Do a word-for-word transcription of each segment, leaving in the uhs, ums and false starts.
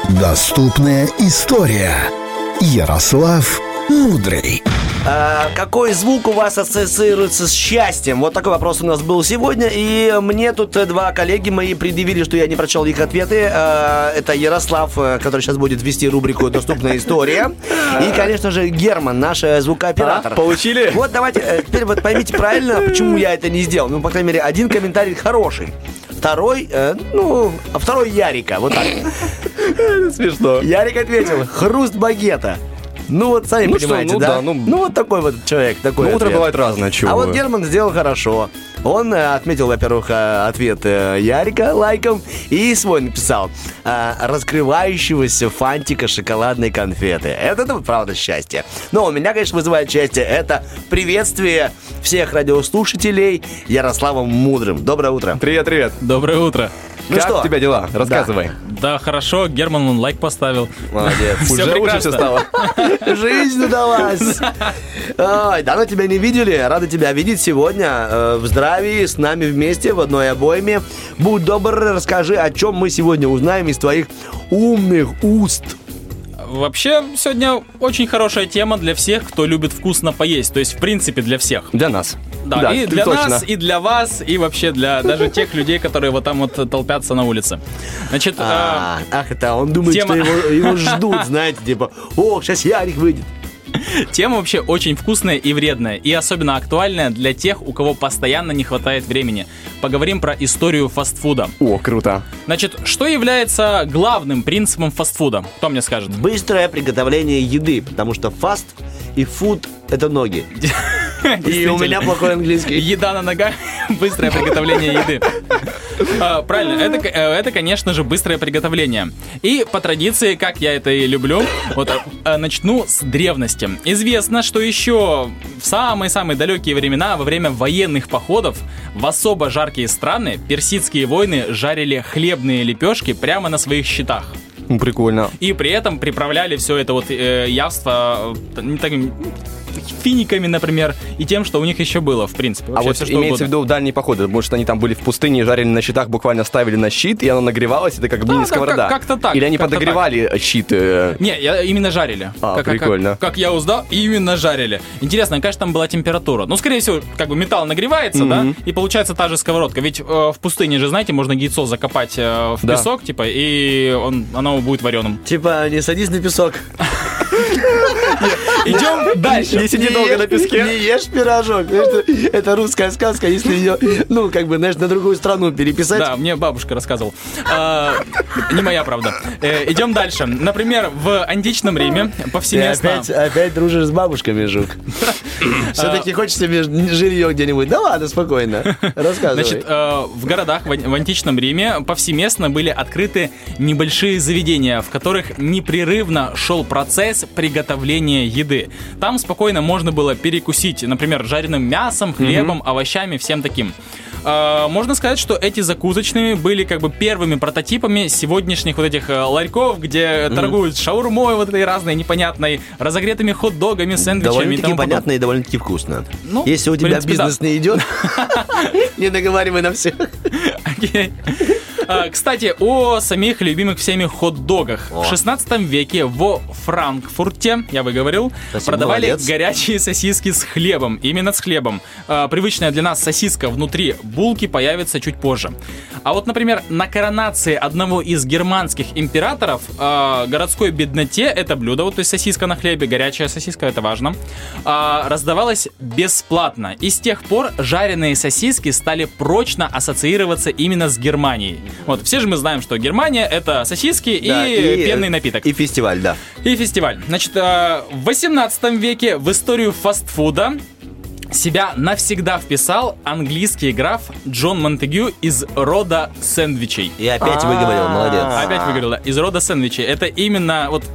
Доступная история. Ярослав Мудрый. А, какой звук у вас ассоциируется с счастьем? Вот такой вопрос у нас был сегодня. И мне тут два коллеги мои предъявили, что я не прочел их ответы. А, это Ярослав, который сейчас будет вести рубрику «Доступная история». И, конечно же, Герман, наш звукооператор. А, получили? Вот давайте, теперь вот поймите правильно, почему я это не сделал. Ну, по крайней мере, один комментарий хороший. Второй, э, ну, а второй Ярика, вот так. Смешно. Ярик ответил: хруст багета. Ну вот, сами ну понимаете, что, ну да? да, ну... ну вот такой вот человек, такой Ну, утро ответ. бывает разное, чего А вы. вот Герман сделал хорошо. Он э, отметил, во-первых, э, ответ э, Ярика лайком и свой написал: э, раскрывающегося фантика шоколадной конфеты. Это, это правда счастье. Но у меня, конечно, вызывает счастье это приветствие всех радиослушателей Ярославом Мудрым. Доброе утро. Привет, привет. Доброе утро. Ну как что? у тебя дела? Рассказывай. Да, хорошо, Герман он лайк поставил. Молодец. Все Уже лучше все прекрасно. стало. Жизнь удалась. Ой, давно тебя не видели. Рады тебя видеть сегодня э, в здравии, с нами вместе, в одной обойме. Будь добр, расскажи, о чем мы сегодня узнаем из твоих умных уст. Вообще, сегодня очень хорошая тема для всех, кто любит вкусно поесть. То есть, в принципе, для всех. Для нас. Да, и ты для точно. нас, и для вас, и вообще для даже тех людей, которые вот там вот толпятся на улице. Значит, А, ах, это он думает, тема- что его, его ждут, знаете, типа, о, сейчас Ярик выйдет. тема вообще очень вкусная и вредная, и особенно актуальная для тех, у кого постоянно не хватает времени. Поговорим про историю фастфуда. О, круто. Значит, что является главным принципом фастфуда? Кто мне скажет? Быстрое приготовление еды, потому что фаст и фуд — это ноги. И у меня плохой английский. Еда на ногах, быстрое приготовление еды. А, правильно, это, э, это, конечно же, быстрое приготовление. И по традиции, как я это и люблю, вот э, начну с древности. Известно, что еще в самые-самые далекие времена, во время военных походов, в особо жаркие страны персидские воины жарили хлебные лепешки прямо на своих щитах. Ну, прикольно. И при этом приправляли все это вот э, явство э, не так, финиками, например, и тем, что у них еще было, в принципе. А Вообще вот все, что имеется в угодно. виду дальние походы, потому что они там были в пустыне, жарили на щитах, буквально ставили на щит, и оно нагревалось, это как Да, мини-сковорода. да, как- как-то так, Или они как-то подогревали щит. э, Не, я, именно жарили. А, как, как- прикольно. Как, как я узнал, именно жарили. Интересно, какая же там была температура? Ну, скорее всего, как бы металл нагревается, да, и получается та же сковородка. Ведь э, в пустыне же, знаете, можно яйцо закопать э, в Да. песок, типа, и он, оно будет вареным. Типа, не садись на песок. Идем дальше. Не сиди долго ешь- на песке. Не ешь пирожок. Знаешь, это- это русская сказка, если ее, ну, как бы, знаешь, на другую страну переписать. Да, мне бабушка рассказывала. А, не моя, правда. Э, идем дальше. Например, в античном Риме Ты повсеместно... опять, опять дружишь с бабушками, Жук. Все-таки хочешь себе жилье где-нибудь? Да ладно, спокойно. Рассказывай. Значит, э, в городах в, в античном Риме повсеместно были открыты небольшие заведения, в которых непрерывно шел процесс приготовления еды. Там спокойно можно было перекусить, например, жареным мясом, хлебом, овощами, всем таким. Э, можно сказать, что эти закусочные были как бы первыми прототипами сегодняшних вот этих э, ларьков, где торгуют шаурмой вот этой разной непонятной, разогретыми хот-догами, сэндвичами и Довольно-таки тому подобное. понятно и довольно-таки вкусно. Ну, Если у в тебя принципе, бизнес да. не идет, не договаривай на всех. Окей. А, Кстати, о самих любимых всеми хот-догах. О. В шестнадцатом веке во Франкфурте, я выговорил, Спасибо, продавали молодец. горячие сосиски с хлебом. Именно с хлебом. А, Привычная для нас сосиска внутри булки появится чуть позже. А вот, например, на коронации одного из германских императоров а, городской бедноте это блюдо, вот, то есть сосиска на хлебе, горячая сосиска, это важно, а, раздавалось бесплатно. И с тех пор жареные сосиски стали прочно ассоциироваться именно с Германией. Вот, все же мы знаем, что Германия — это сосиски Да, и, и, пенный э, напиток. И фестиваль, да. И фестиваль. Значит, э, в восемнадцатом веке в историю фастфуда себя навсегда вписал английский граф Джон Монтегю из рода сэндвичей. И опять выговорил, молодец. Опять выговорил, да, из рода сэндвичей. Это именно вот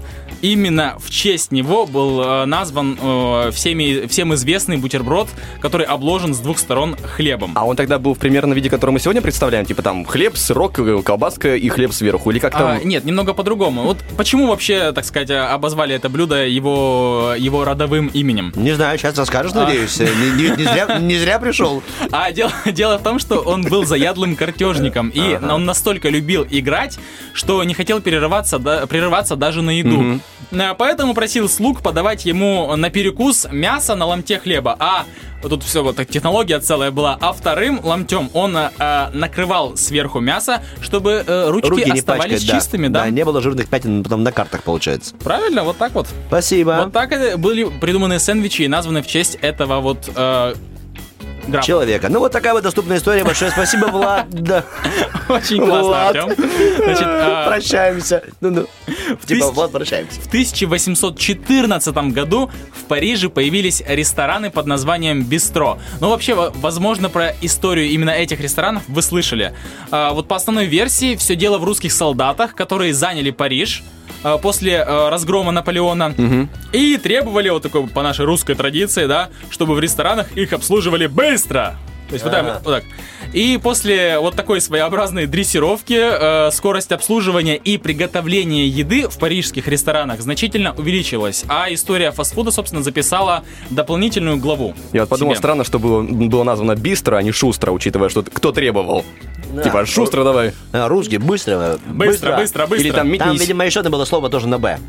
именно в честь него был э, назван э, всеми, всем известный бутерброд, который обложен с двух сторон хлебом. А он тогда был в примерно виде, который мы сегодня представляем? Типа там хлеб, сырок, колбаска и хлеб сверху? Или как там? А, нет, немного по-другому. Вот почему вообще, так сказать, обозвали это блюдо его, его родовым именем? Не знаю, сейчас расскажешь, надеюсь. Не, не- не зря, не зря пришел. А дело, дело в том, что он был заядлым картежником, и он настолько любил играть, что не хотел перерываться, да- прерываться даже на еду. А, Поэтому просил слуг подавать ему на перекус мясо на ломте хлеба, а вот тут все, вот так технология целая была, а вторым ломтем он а, накрывал сверху мясо, чтобы э, ручки Руки не оставались пачкать, да. чистыми, да? Да, не было жирных пятен потом на картах, получается. Правильно, вот так вот. Спасибо. Вот так и были придуманы сэндвичи и названы в честь этого вот э, графа. Человека. Ну, вот такая вот доступная история. Большое спасибо, Влад. Да. Очень классно, Влад. Артем. Значит, а, Прощаемся. Ну-ну. Типа, тысяч- Влад, прощаемся. в тысяча восемьсот четырнадцатом году в Париже появились рестораны под названием «Бистро». Ну, вообще, во- возможно, про историю именно этих ресторанов вы слышали. А, вот по основной версии все дело в русских солдатах, которые заняли Париж а, после а, разгрома Наполеона и требовали, вот такой по нашей русской традиции, да, чтобы в ресторанах их обслуживали быстро. То есть вот так, Ага. вот так. И после вот такой своеобразной дрессировки э, скорость обслуживания и приготовления еды в парижских ресторанах значительно увеличилась. А история фастфуда, собственно, записала дополнительную главу. Я вот подумал, себе. странно, что было, было названо бистро, а не шустро, учитывая, что кто требовал. Типа, шустро давай. А, русский, быстро. Быстро, быстро, быстро. Или там Там, метнись. видимо, еще одно было слово тоже на «Б».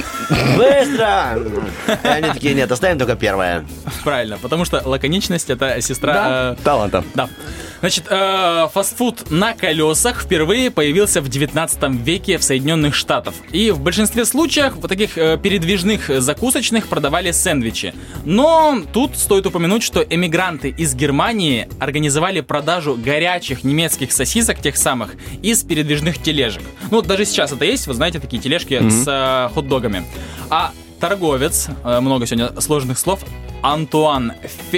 Быстро! И они такие, нет, оставим только первое. Правильно, потому что лаконичность — это сестра... э, Таланта. Да. Значит, э, фастфуд на колесах впервые появился в девятнадцатом веке в Соединенных Штатах. И в большинстве случаев вот таких э, передвижных закусочных продавали сэндвичи. Но тут стоит упомянуть, что эмигранты из Германии организовали продажу горячих немецких сосисок, тех самых, из передвижных тележек. Ну вот даже сейчас это есть, вы знаете, такие тележки с э, хот-догами. А торговец, э, много сегодня сложных слов, Антуан Фе...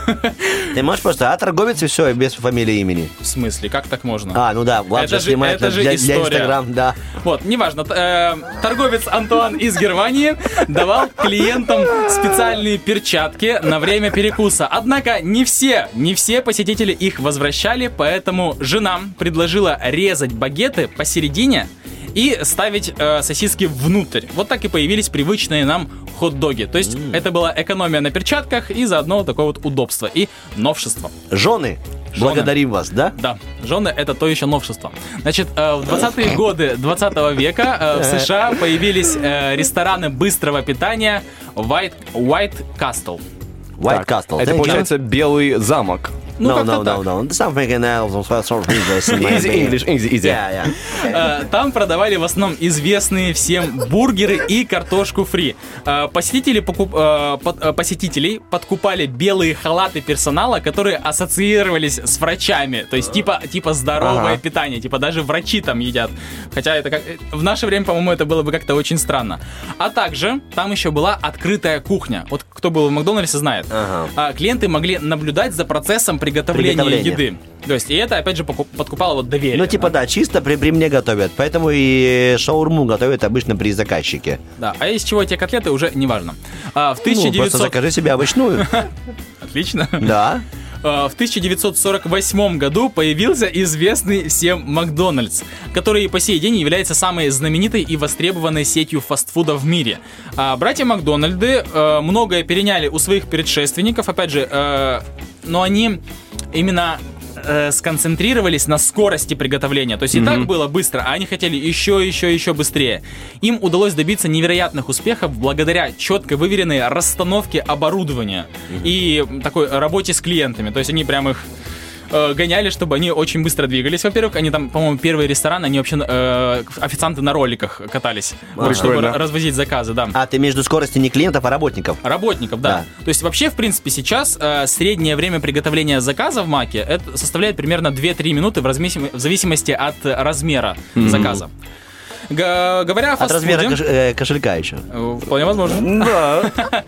Ты можешь просто, а торговец и все, без фамилии и имени. В смысле, как так можно? А, ну да, Влад Это же же- снимает это же для, для история. Инстаграм, да. Вот, неважно. т- э, торговец Антуан из Германии давал клиентам специальные перчатки на время перекуса. Однако не все, не все посетители их возвращали, поэтому жена предложила резать багеты посередине и ставить э, сосиски внутрь. Вот так и появились привычные нам хот-доги. То есть это была экономия на перчатках и заодно такое вот удобство и новшество. Жены, благодарим вас, да? Да, жены — это то еще новшество. Значит, э, в двадцатые годы двадцатого века э, в США появились э, рестораны быстрого питания White, White Castle. White Так, Castle. Это Thank you. получается белый замок. Ну, no, как-то no, так. no, no. Something else on sort of English in my Easy opinion. English, easy, easy. Yeah, yeah. Э, Там продавали в основном известные всем бургеры и картошку фри. Э, Посетители покуп- э, под- э, посетителей подкупали белые халаты персонала, которые ассоциировались с врачами. То есть типа, типа здоровое Ага. питание. Типа даже врачи там едят. Хотя это как... в наше время, по-моему, это было бы как-то очень странно. А также там еще была открытая кухня. Вот кто был в Макдональдсе, знает. Ага. А клиенты могли наблюдать за процессом приготовления Приготовления. еды. То есть, и это, опять же, покуп- подкупало вот доверие. Ну, типа, да, чисто при, при мне готовят. Поэтому и шаурму готовят обычно при заказчике. Да, а из чего эти котлеты, уже не важно. А, в Ну, тысяча девятьсот... просто закажи себе овощную. Отлично. Да. А, В тысяча девятьсот сорок восьмом году появился известный всем Макдональдс, который и по сей день является самой знаменитой и востребованной сетью фастфуда в мире. А, Братья Макдональды э, многое переняли у своих предшественников, опять же, э, но они именно э, сконцентрировались на скорости приготовления. То есть и так было быстро, а они хотели еще, еще, еще быстрее. Им удалось добиться невероятных успехов благодаря четко выверенной расстановке оборудования и такой работе с клиентами. То есть они прям их э, гоняли, чтобы они очень быстро двигались. Во-первых, они там, по-моему, первый ресторан, они вообще э, официанты на роликах катались, Ага. чтобы Прикольно. развозить заказы, да. А ты между скоростью не клиентов, а работников. Работников, да. Да. То есть вообще, в принципе, сейчас э, среднее время приготовления заказа в Маке это составляет примерно две-три минуты в, размесим- в зависимости от размера заказа. Г- говоря о От фастфуде... размера кош- э, кошелька еще. э, Вполне возможно. Да.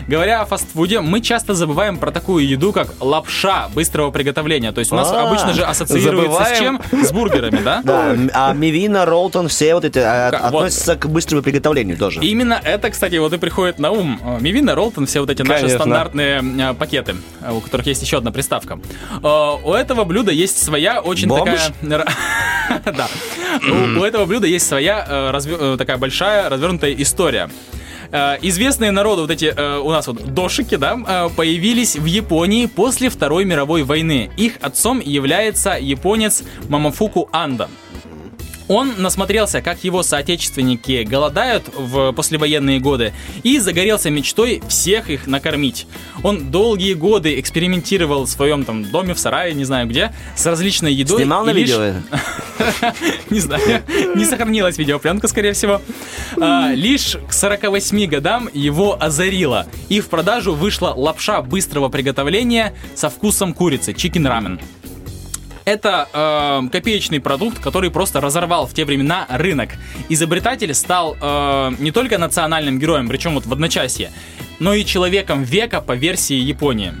Говоря о фастфуде, мы часто забываем про такую еду, как лапша быстрого приготовления. То есть у нас А, обычно же ассоциируется забываем. с чем? С бургерами, да? Да, а мивина, ролтон, все вот эти а, Как- вот. относятся к быстрому приготовлению тоже. Именно это, кстати, вот и приходит на ум. Э, Мивина, Ролтон, все вот эти наши Конечно. стандартные э, пакеты, э, у которых есть еще одна приставка. Э, У этого блюда есть своя очень Бомж? такая... Да. У у этого блюда есть своя э, разве- э, такая большая развернутая история. Э, Известные народу вот эти э, у нас вот дошики, да, э, появились в Японии после Второй мировой войны. Их отцом является японец Мамофуку Андо. Он насмотрелся, как его соотечественники голодают в послевоенные годы, и загорелся мечтой всех их накормить. Он долгие годы экспериментировал в своем там доме, в сарае, не знаю где, с различной едой. Снимал на и лишь- видео? Не знаю, не сохранилась видеопленка, скорее всего. А, Лишь к сорока восьми годам его озарило, и в продажу вышла лапша быстрого приготовления со вкусом курицы, чикен рамен. Это э, копеечный продукт, который просто разорвал в те времена рынок. Изобретатель стал э, не только национальным героем, причем вот в одночасье, но и человеком века по версии Японии.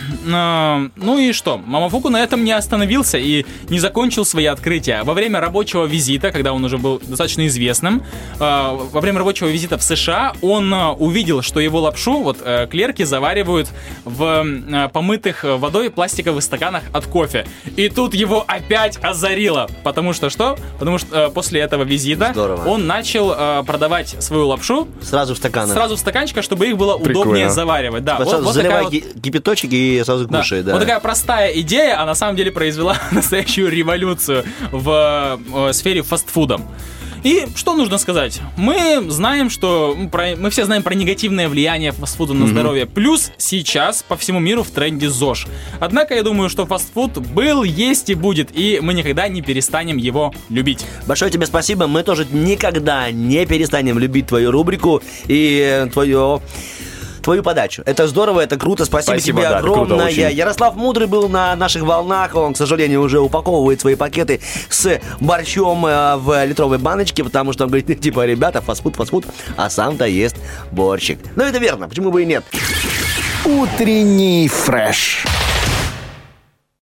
Э, Ну и что? Мамофуку на этом не остановился и не закончил свои открытия. Во время рабочего визита, когда он уже был достаточно известным, э, во время рабочего визита в США он э, увидел, что его лапшу вот э, клерки заваривают в э, помытых водой пластиковых стаканах от кофе. И тут его опять озарило. Потому что что? Потому что э, после этого визита Здорово. он начал э, продавать свою лапшу Сразу в стаканах. сразу в стаканчиках, чтобы их было Прикольно. удобнее заваривать. Да, Сразу вот, вот заливай такая вот- ки- кипяточек и сразу да. кушай, да. Вот такая простая идея, а на самом деле произвела настоящую революцию в э, сфере фастфуда. И что нужно сказать? Мы знаем, что м, про- мы все знаем про негативное влияние фастфуда на здоровье. Плюс сейчас по всему миру в тренде ЗОЖ. Однако я думаю, что фастфуд был, есть и будет, и мы никогда не перестанем его любить. Большое тебе спасибо. Мы тоже никогда не перестанем любить твою рубрику и э, твое... твою подачу. Это здорово, это круто. Спасибо, Спасибо, тебе да, это круто огромное. очень. Ярослав Мудрый был на наших волнах. Он, к сожалению, уже упаковывает свои пакеты с борщом э, в литровой баночке, потому что он говорит, типа, ребята, фастфуд, фастфуд, а сам-то ест борщик. Ну, это верно, почему бы и нет. Утренний фреш.